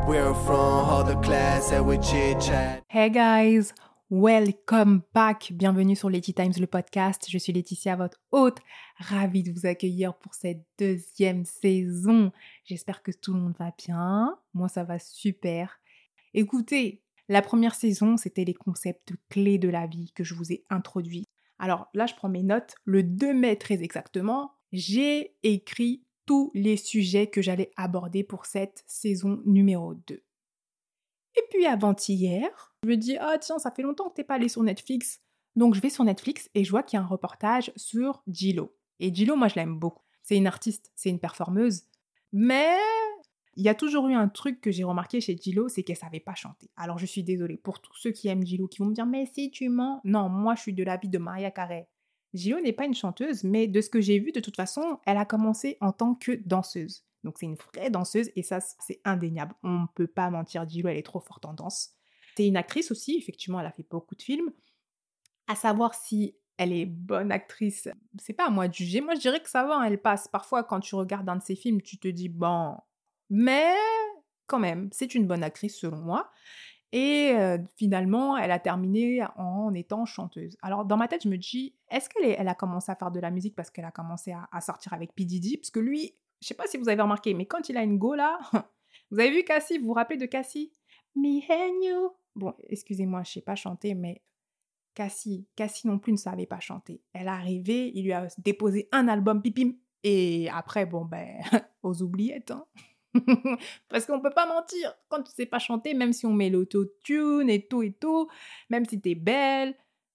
We're from all the class and we chit-chat. Hey guys, welcome back. Bienvenue sur Letty Times, le podcast. Je suis Laetitia, votre hôte. Ravie de vous accueillir pour cette deuxième saison. J'espère que tout le monde va bien. Moi, ça va super. Écoutez, la première saison, c'était les concepts clés de la vie que je vous ai introduits. Alors là, je prends mes notes. Le 2 mai, très exactement, j'ai écrit tous les sujets que j'allais aborder pour cette saison numéro 2. Et puis avant-hier, je me dis « Ah tiens, ça fait longtemps que t'es pas allé sur Netflix. » Donc je vais sur Netflix et je vois qu'il y a un reportage sur J-Lo. Et J-Lo, moi je l'aime beaucoup. C'est une artiste, c'est une performeuse. Mais il y a toujours eu un truc que j'ai remarqué chez J-Lo, c'est qu'elle savait pas chanter. Alors je suis désolée pour tous ceux qui aiment J-Lo, qui vont me dire « Mais si tu mens !» Non, moi je suis de l'avis de Mariah Carey. J-Lo n'est pas une chanteuse, mais de ce que j'ai vu, de toute façon, elle a commencé en tant que danseuse. Donc c'est une vraie danseuse et ça, c'est indéniable. On ne peut pas mentir, J-Lo, elle est trop forte en danse. C'est une actrice aussi, effectivement, elle a fait beaucoup de films. À savoir si elle est bonne actrice, c'est pas à moi de juger. Moi, je dirais que ça va, elle passe. Parfois, quand tu regardes un de ses films, tu te dis, bon... Mais quand même, c'est une bonne actrice selon moi. Et finalement, elle a terminé en étant chanteuse. Alors, dans ma tête, je me dis, est-ce qu'elle a commencé à faire de la musique parce qu'elle a commencé à sortir avec P. Diddy? Parce que lui, je sais pas si vous avez remarqué, mais quand il a une go là, vous avez vu Cassie, vous vous rappelez de Cassie? Me and you. Bon, excusez-moi, je sais pas chanter, mais Cassie non plus ne savait pas chanter. Elle est arrivée, il lui a déposé un album pipim, et après, bon ben, aux oubliettes, hein. Parce qu'on peut pas mentir, quand tu sais pas chanter, même si on met l'autotune et tout, même si t'es belle,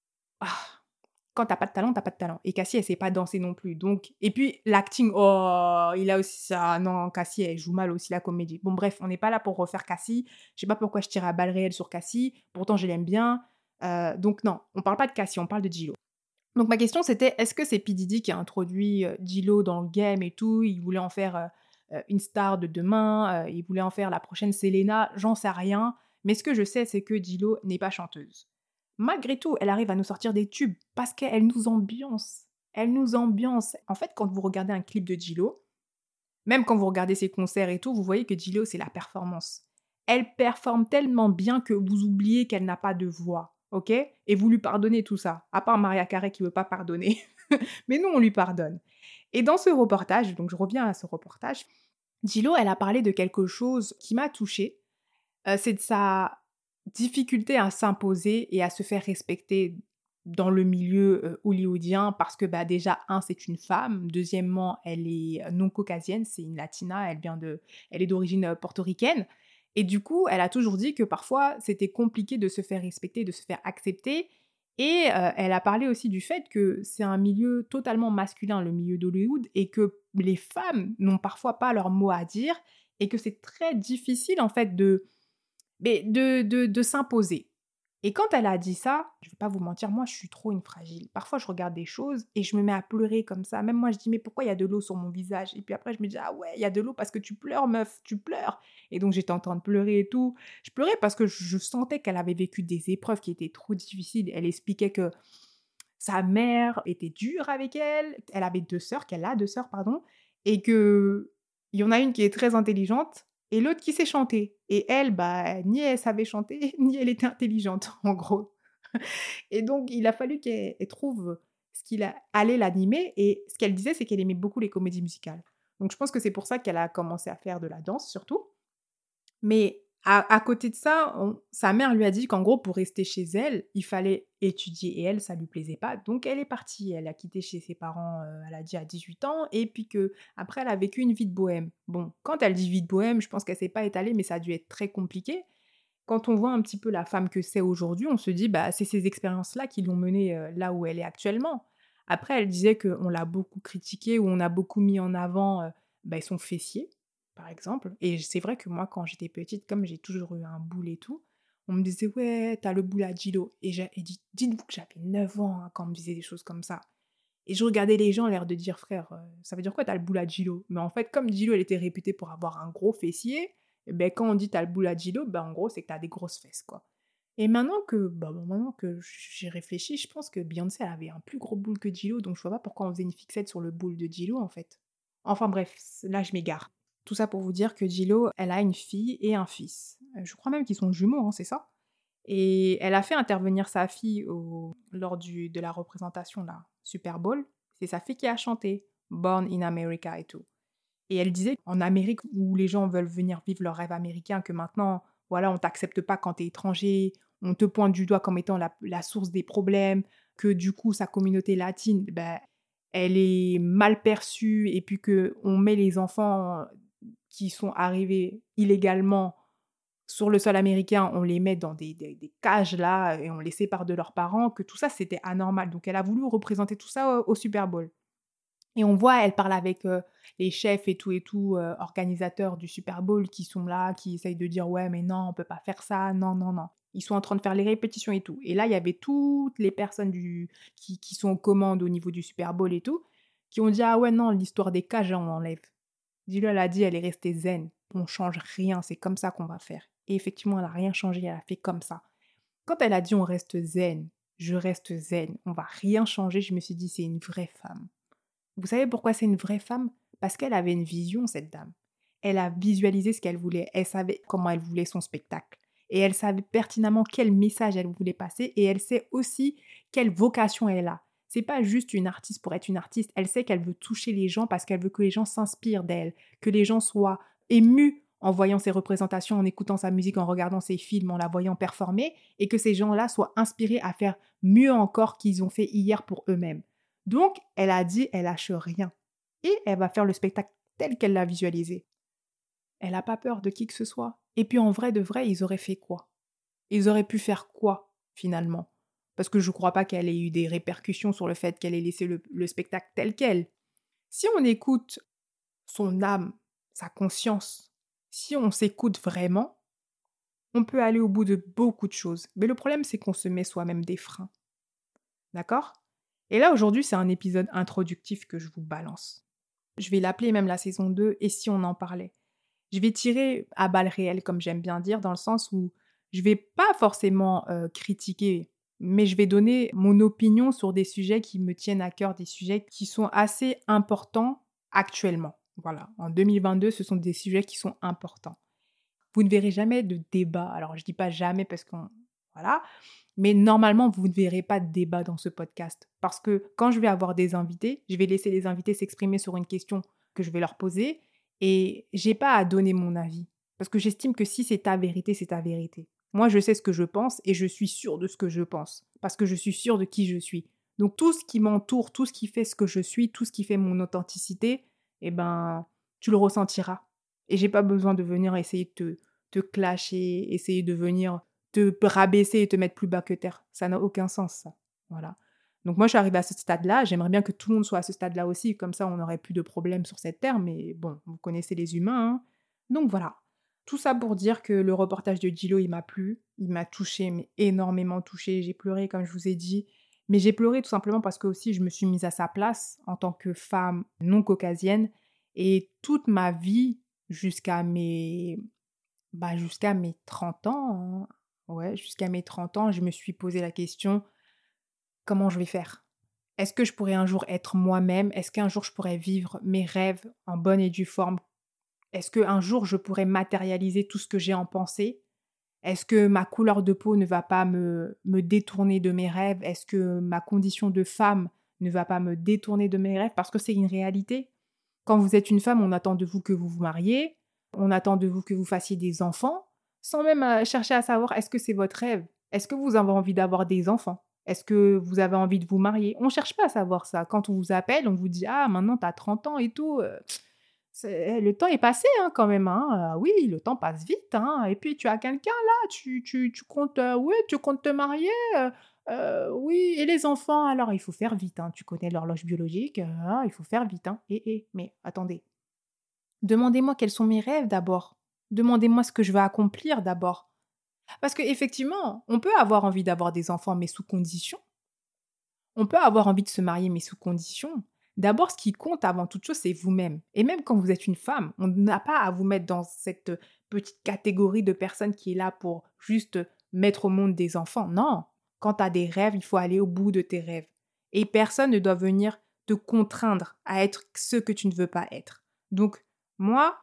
quand t'as pas de talent, t'as pas de talent. Et Cassie, elle sait pas danser non plus. Donc, et puis l'acting, oh, il a aussi ça. Non, Cassie, elle joue mal aussi la comédie. Bon, bref, on n'est pas là pour refaire Cassie. Je sais pas pourquoi je tire à balles réelles sur Cassie. Pourtant, je l'aime bien. Donc non, on parle pas de Cassie, on parle de J-Lo. Donc ma question c'était, est-ce que c'est P. Diddy qui a introduit J-Lo dans le game et tout? Il voulait en faire une star de demain, il voulait en faire la prochaine Selena, j'en sais rien. Mais ce que je sais, c'est que J-Lo n'est pas chanteuse. Malgré tout, elle arrive à nous sortir des tubes parce qu'elle nous ambiance. Elle nous ambiance. En fait, quand vous regardez un clip de J-Lo, même quand vous regardez ses concerts et tout, vous voyez que J-Lo, c'est la performance. Elle performe tellement bien que vous oubliez qu'elle n'a pas de voix, ok? Et vous lui pardonnez tout ça, à part Mariah Carey qui ne veut pas pardonner. Mais nous, on lui pardonne. Et dans ce reportage, donc je reviens à ce reportage, J-Lo, elle a parlé de quelque chose qui m'a touchée. C'est de sa difficulté à s'imposer et à se faire respecter dans le milieu hollywoodien parce que bah, déjà, c'est une femme. Deuxièmement, elle est non caucasienne, c'est une latina, elle est d'origine portoricaine. Et du coup, elle a toujours dit que parfois, c'était compliqué de se faire respecter, de se faire accepter. Et elle a parlé aussi du fait que c'est un milieu totalement masculin, le milieu d'Hollywood, et que les femmes n'ont parfois pas leur mot à dire, et que c'est très difficile en fait de s'imposer. Et quand elle a dit ça, je vais pas vous mentir, moi je suis trop une fragile. Parfois je regarde des choses et je me mets à pleurer comme ça. Même moi je dis mais pourquoi il y a de l'eau sur mon visage? Et puis après je me dis ah ouais, il y a de l'eau parce que tu pleures meuf, tu pleures. Et donc j'étais en train de pleurer et tout. Je pleurais parce que je sentais qu'elle avait vécu des épreuves qui étaient trop difficiles. Elle expliquait que sa mère était dure avec elle. Elle avait qu'elle a deux sœurs, pardon. Et que il y en a une qui est très intelligente et l'autre qui sait chanter. Et elle, bah, ni elle savait chanter, ni elle était intelligente, en gros. Et donc, il a fallu qu'elle trouve ce allait l'animer. Et ce qu'elle disait, c'est qu'elle aimait beaucoup les comédies musicales. Donc, je pense que c'est pour ça qu'elle a commencé à faire de la danse, surtout. Mais à côté de ça, sa mère lui a dit qu'en gros, pour rester chez elle, il fallait étudier. Et elle, ça lui plaisait pas. Donc, elle est partie. Elle a quitté chez ses parents, elle a dit à 18 ans. Et puis après, elle a vécu une vie de bohème. Bon, quand elle dit vie de bohème, je pense qu'elle s'est pas étalée, mais ça a dû être très compliqué. Quand on voit un petit peu la femme que c'est aujourd'hui, on se dit, bah, c'est ces expériences-là qui l'ont menée là où elle est actuellement. Après, elle disait qu'on l'a beaucoup critiquée, ou on a beaucoup mis en avant son fessier, par exemple. Et c'est vrai que moi, quand j'étais petite, comme j'ai toujours eu un boule et tout, on me disait, ouais, t'as le boule à J-Lo. Et dites-vous que j'avais 9 ans quand on me disait des choses comme ça. Et je regardais les gens, l'air de dire, frère, ça veut dire quoi t'as le boule à J-Lo? Mais en fait, comme J-Lo, elle était réputée pour avoir un gros fessier, ben, quand on dit t'as le boule à J-Lo, ben, en gros, c'est que t'as des grosses fesses, quoi. Et maintenant que j'ai réfléchi, je pense que Beyoncé, elle avait un plus gros boule que J-Lo, donc je vois pas pourquoi on faisait une fixette sur le boule de J-Lo, en fait. Enfin bref, là, je m'égare. Tout ça pour vous dire que J-Lo, elle a une fille et un fils. Je crois même qu'ils sont jumeaux, hein, c'est ça. Et elle a fait intervenir sa fille lors de la représentation, là, Super Bowl. C'est sa fille qui a chanté Born in America et tout. Et elle disait en Amérique où les gens veulent venir vivre leur rêve américain, que maintenant, voilà, on t'accepte pas quand t'es étranger, on te pointe du doigt comme étant la source des problèmes, que du coup, sa communauté latine, ben, elle est mal perçue, et puis qu'on met les enfants qui sont arrivés illégalement sur le sol américain, on les met dans des cages là, et on les sépare de leurs parents, que tout ça, c'était anormal. Donc elle a voulu représenter tout ça au Super Bowl. Et on voit, elle parle avec les chefs et tout, organisateurs du Super Bowl qui sont là, qui essayent de dire « Ouais, mais non, on peut pas faire ça, non, non, non ». Ils sont en train de faire les répétitions et tout. Et là, il y avait toutes les personnes qui sont aux commandes au niveau du Super Bowl et tout, qui ont dit « Ah ouais, non, l'histoire des cages, on enlève ». Dis-le, elle a dit, elle est restée zen. On change rien, c'est comme ça qu'on va faire. Et effectivement, elle a rien changé, elle a fait comme ça. Quand elle a dit « On reste zen », je reste zen, on va rien changer, je me suis dit « C'est une vraie femme ». Vous savez pourquoi c'est une vraie femme? Parce qu'elle avait une vision, cette dame. Elle a visualisé ce qu'elle voulait. Elle savait comment elle voulait son spectacle. Et elle savait pertinemment quel message elle voulait passer. Et elle sait aussi quelle vocation elle a. C'est pas juste une artiste pour être une artiste. Elle sait qu'elle veut toucher les gens parce qu'elle veut que les gens s'inspirent d'elle. Que les gens soient émus en voyant ses représentations, en écoutant sa musique, en regardant ses films, en la voyant performer. Et que ces gens-là soient inspirés à faire mieux encore qu'ils ont fait hier pour eux-mêmes. Donc, elle a dit, elle lâche rien. Et elle va faire le spectacle tel qu'elle l'a visualisé. Elle n'a pas peur de qui que ce soit. Et puis, en vrai de vrai, ils auraient fait quoi? Ils auraient pu faire quoi, finalement? Parce que je ne crois pas qu'elle ait eu des répercussions sur le fait qu'elle ait laissé le spectacle tel quel. Si on écoute son âme, sa conscience, si on s'écoute vraiment, on peut aller au bout de beaucoup de choses. Mais le problème, c'est qu'on se met soi-même des freins. D'accord? Et là, aujourd'hui, c'est un épisode introductif que je vous balance. Je vais l'appeler même la saison 2, et si on en parlait. Je vais tirer à balles réelles, comme j'aime bien dire, dans le sens où je vais pas forcément critiquer, mais je vais donner mon opinion sur des sujets qui me tiennent à cœur, des sujets qui sont assez importants actuellement. Voilà, en 2022, ce sont des sujets qui sont importants. Vous ne verrez jamais de débat. Alors, je dis pas jamais parce qu'on... Voilà. Mais normalement, vous ne verrez pas de débat dans ce podcast. Parce que quand je vais avoir des invités, je vais laisser les invités s'exprimer sur une question que je vais leur poser et j'ai pas à donner mon avis. Parce que j'estime que si c'est ta vérité, c'est ta vérité. Moi, je sais ce que je pense et je suis sûre de ce que je pense. Parce que je suis sûre de qui je suis. Donc, tout ce qui m'entoure, tout ce qui fait ce que je suis, tout ce qui fait mon authenticité, eh ben, tu le ressentiras. Et j'ai pas besoin de venir essayer de te clasher, essayer de venir te rabaisser et te mettre plus bas que terre. Ça n'a aucun sens, ça. Voilà. Donc moi, je suis arrivée à ce stade-là. J'aimerais bien que tout le monde soit à ce stade-là aussi. Comme ça, on n'aurait plus de problèmes sur cette terre. Mais bon, vous connaissez les humains. Hein. Donc voilà. Tout ça pour dire que le reportage de J-Lo, il m'a plu. Il m'a touchée, mais énormément touchée. J'ai pleuré, comme je vous ai dit. Mais j'ai pleuré tout simplement parce que aussi, je me suis mise à sa place en tant que femme non caucasienne. Et toute ma vie, jusqu'à mes 30 ans, hein. Ouais, jusqu'à mes 30 ans, je me suis posé la question, comment je vais faire? Est-ce que je pourrais un jour être moi-même? Est-ce qu'un jour je pourrais vivre mes rêves en bonne et due forme? Est-ce qu'un jour je pourrais matérialiser tout ce que j'ai en pensée? Est-ce que ma couleur de peau ne va pas me détourner de mes rêves? Est-ce que ma condition de femme ne va pas me détourner de mes rêves? Parce que c'est une réalité. Quand vous êtes une femme, on attend de vous que vous vous mariez, on attend de vous que vous fassiez des enfants, sans même chercher à savoir est-ce que c'est votre rêve? Est-ce que vous avez envie d'avoir des enfants? Est-ce que vous avez envie de vous marier? On ne cherche pas à savoir ça. Quand on vous appelle, on vous dit « Ah, maintenant, tu as 30 ans et tout. Le temps est passé hein, quand même. Hein. Oui, le temps passe vite. Hein. Et puis, tu as quelqu'un là, tu comptes, oui, tu comptes te marier. Oui, et les enfants, alors il faut faire vite. Hein. Tu connais l'horloge biologique, il faut faire vite. Hein. Mais attendez. Demandez-moi quels sont mes rêves d'abord. Demandez-moi ce que je veux accomplir d'abord. Parce qu'effectivement, on peut avoir envie d'avoir des enfants, mais sous condition. On peut avoir envie de se marier, mais sous condition. D'abord, ce qui compte avant toute chose, c'est vous-même. Et même quand vous êtes une femme, on n'a pas à vous mettre dans cette petite catégorie de personnes qui est là pour juste mettre au monde des enfants. Non, quand tu as des rêves, il faut aller au bout de tes rêves. Et personne ne doit venir te contraindre à être ce que tu ne veux pas être. Donc, moi,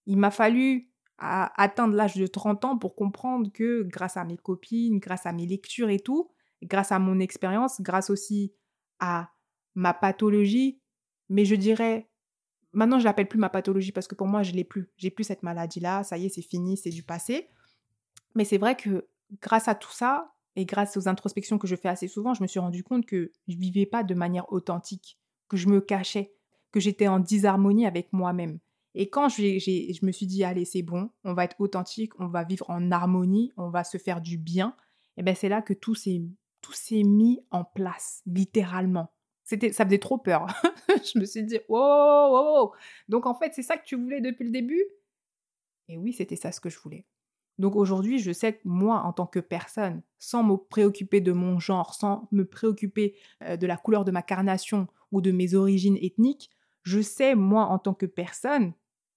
Il m'a fallu atteindre l'âge de 30 ans pour comprendre que grâce à mes copines, grâce à mes lectures et tout, grâce à mon expérience, grâce aussi à ma pathologie, mais je dirais, maintenant je l'appelle plus ma pathologie parce que pour moi je l'ai plus. J'ai plus cette maladie-là, ça y est, c'est fini, c'est du passé. Mais c'est vrai que grâce à tout ça et grâce aux introspections que je fais assez souvent, je me suis rendu compte que je vivais pas de manière authentique, que je me cachais, que j'étais en disharmonie avec moi-même. Et quand je me suis dit, allez, c'est bon, on va être authentique, on va vivre en harmonie, on va se faire du bien, et bien c'est là que tout s'est mis en place, littéralement. Ça faisait trop peur. Je me suis dit, oh, oh, oh. Donc en fait, c'est ça que tu voulais depuis le début? Et oui, c'était ça ce que je voulais. Donc aujourd'hui, je sais que moi, en tant que personne, sans me préoccuper de mon genre, sans me préoccuper de la couleur de ma carnation ou de mes origines ethniques, je sais, moi, en tant que personne,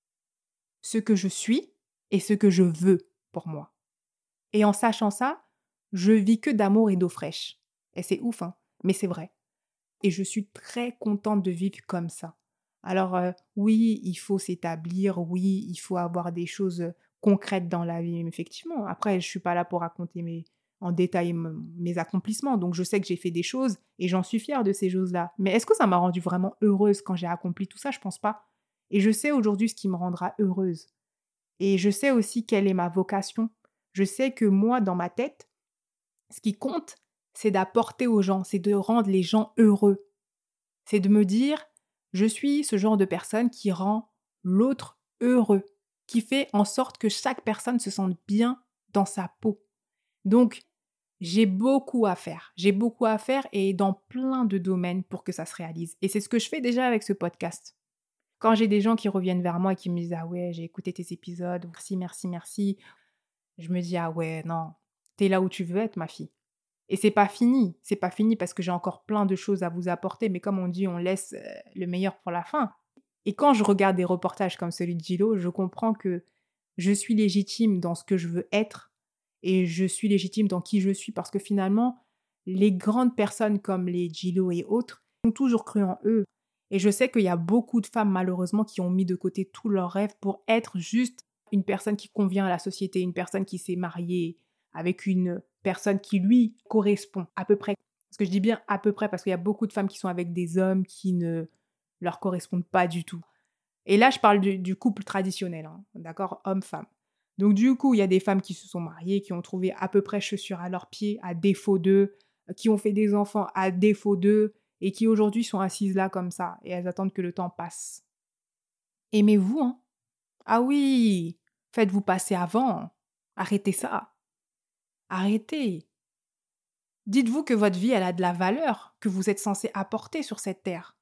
ce que je suis et ce que je veux pour moi. Et en sachant ça, je vis que d'amour et d'eau fraîche. Et c'est ouf, hein, mais c'est vrai. Et je suis très contente de vivre comme ça. Alors oui, il faut s'établir, oui, il faut avoir des choses concrètes dans la vie, effectivement. Après, je suis pas là pour raconter en détail mes accomplissements, donc je sais que j'ai fait des choses et j'en suis fière de ces choses-là. Mais est-ce que ça m'a rendue vraiment heureuse quand j'ai accompli tout ça? Je pense pas. Et je sais aujourd'hui ce qui me rendra heureuse. Et je sais aussi quelle est ma vocation. Je sais que moi, dans ma tête, ce qui compte, c'est d'apporter aux gens, c'est de rendre les gens heureux. C'est de me dire, je suis ce genre de personne qui rend l'autre heureux, qui fait en sorte que chaque personne se sente bien dans sa peau. Donc, j'ai beaucoup à faire. J'ai beaucoup à faire et dans plein de domaines pour que ça se réalise. Et c'est ce que je fais déjà avec ce podcast. Quand j'ai des gens qui reviennent vers moi et qui me disent « Ah ouais, j'ai écouté tes épisodes, merci, merci, merci », je me dis « Ah ouais, non, t'es là où tu veux être, ma fille. » Et c'est pas fini parce que j'ai encore plein de choses à vous apporter, mais comme on dit, on laisse le meilleur pour la fin. Et quand je regarde des reportages comme celui de Gilo, je comprends que je suis légitime dans ce que je veux être et je suis légitime dans qui je suis parce que finalement, les grandes personnes comme les Gilo et autres ont toujours cru en eux. Et je sais qu'il y a beaucoup de femmes malheureusement qui ont mis de côté tous leurs rêves pour être juste une personne qui convient à la société, une personne qui s'est mariée avec une personne qui lui correspond à peu près. Parce que je dis bien à peu près parce qu'il y a beaucoup de femmes qui sont avec des hommes qui ne leur correspondent pas du tout. Et là, je parle du couple traditionnel, hein, d'accord, homme-femme. Donc du coup, il y a des femmes qui se sont mariées, qui ont trouvé à peu près chaussures à leurs pieds, à défaut d'eux, qui ont fait des enfants à défaut d'eux, et qui aujourd'hui sont assises là comme ça, et elles attendent que le temps passe. Aimez-vous, hein? Ah oui, faites-vous passer avant. Arrêtez ça. Arrêtez. Dites-vous que votre vie, elle a de la valeur, que vous êtes censé apporter sur cette terre.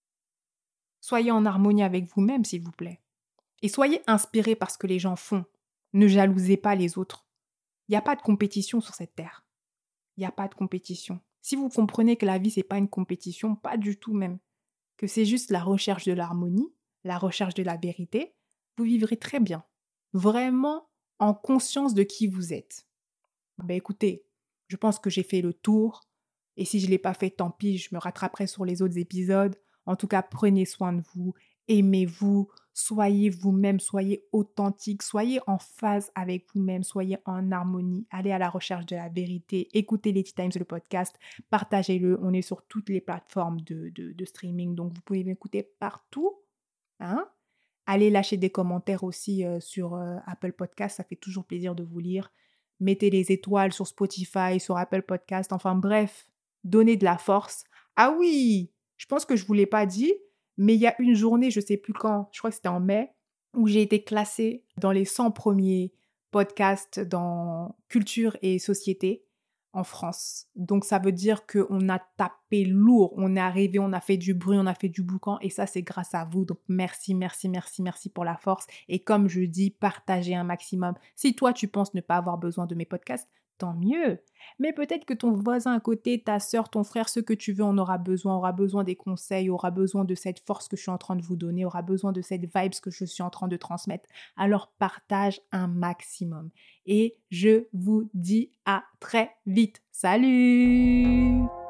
Soyez en harmonie avec vous-même, s'il vous plaît. Et soyez inspirés par ce que les gens font. Ne jalousez pas les autres. Il n'y a pas de compétition sur cette terre. Il n'y a pas de compétition. Si vous comprenez que la vie, c'est pas une compétition, pas du tout même, que c'est juste la recherche de l'harmonie, la recherche de la vérité, vous vivrez très bien. Vraiment en conscience de qui vous êtes. Ben écoutez, je pense que j'ai fait le tour. Et si je ne l'ai pas fait, tant pis, je me rattraperai sur les autres épisodes. En tout cas, prenez soin de vous, aimez-vous, soyez vous-même, soyez authentique, soyez en phase avec vous-même, soyez en harmonie, allez à la recherche de la vérité, écoutez Letty Times, le podcast, partagez-le, on est sur toutes les plateformes de streaming, donc vous pouvez m'écouter partout. Hein? Allez lâcher des commentaires aussi sur Apple Podcast, ça fait toujours plaisir de vous lire. Mettez les étoiles sur Spotify, sur Apple Podcast, enfin bref, donnez de la force. Ah oui, je pense que je ne vous l'ai pas dit, mais il y a une journée, je ne sais plus quand, je crois que c'était en mai, où j'ai été classée dans les 100 premiers podcasts dans culture et société en France. Donc ça veut dire qu'on a tapé lourd, on est arrivé, on a fait du bruit, on a fait du boucan et ça c'est grâce à vous. Donc merci, merci, merci, merci pour la force. Et comme je dis, partagez un maximum. Si toi tu penses ne pas avoir besoin de mes podcasts, tant mieux. Mais peut-être que ton voisin à côté, ta sœur, ton frère, ce que tu veux, en aura besoin des conseils, aura besoin de cette force que je suis en train de vous donner, aura besoin de cette vibes que je suis en train de transmettre. Alors partage un maximum. Et je vous dis à très vite. Salut!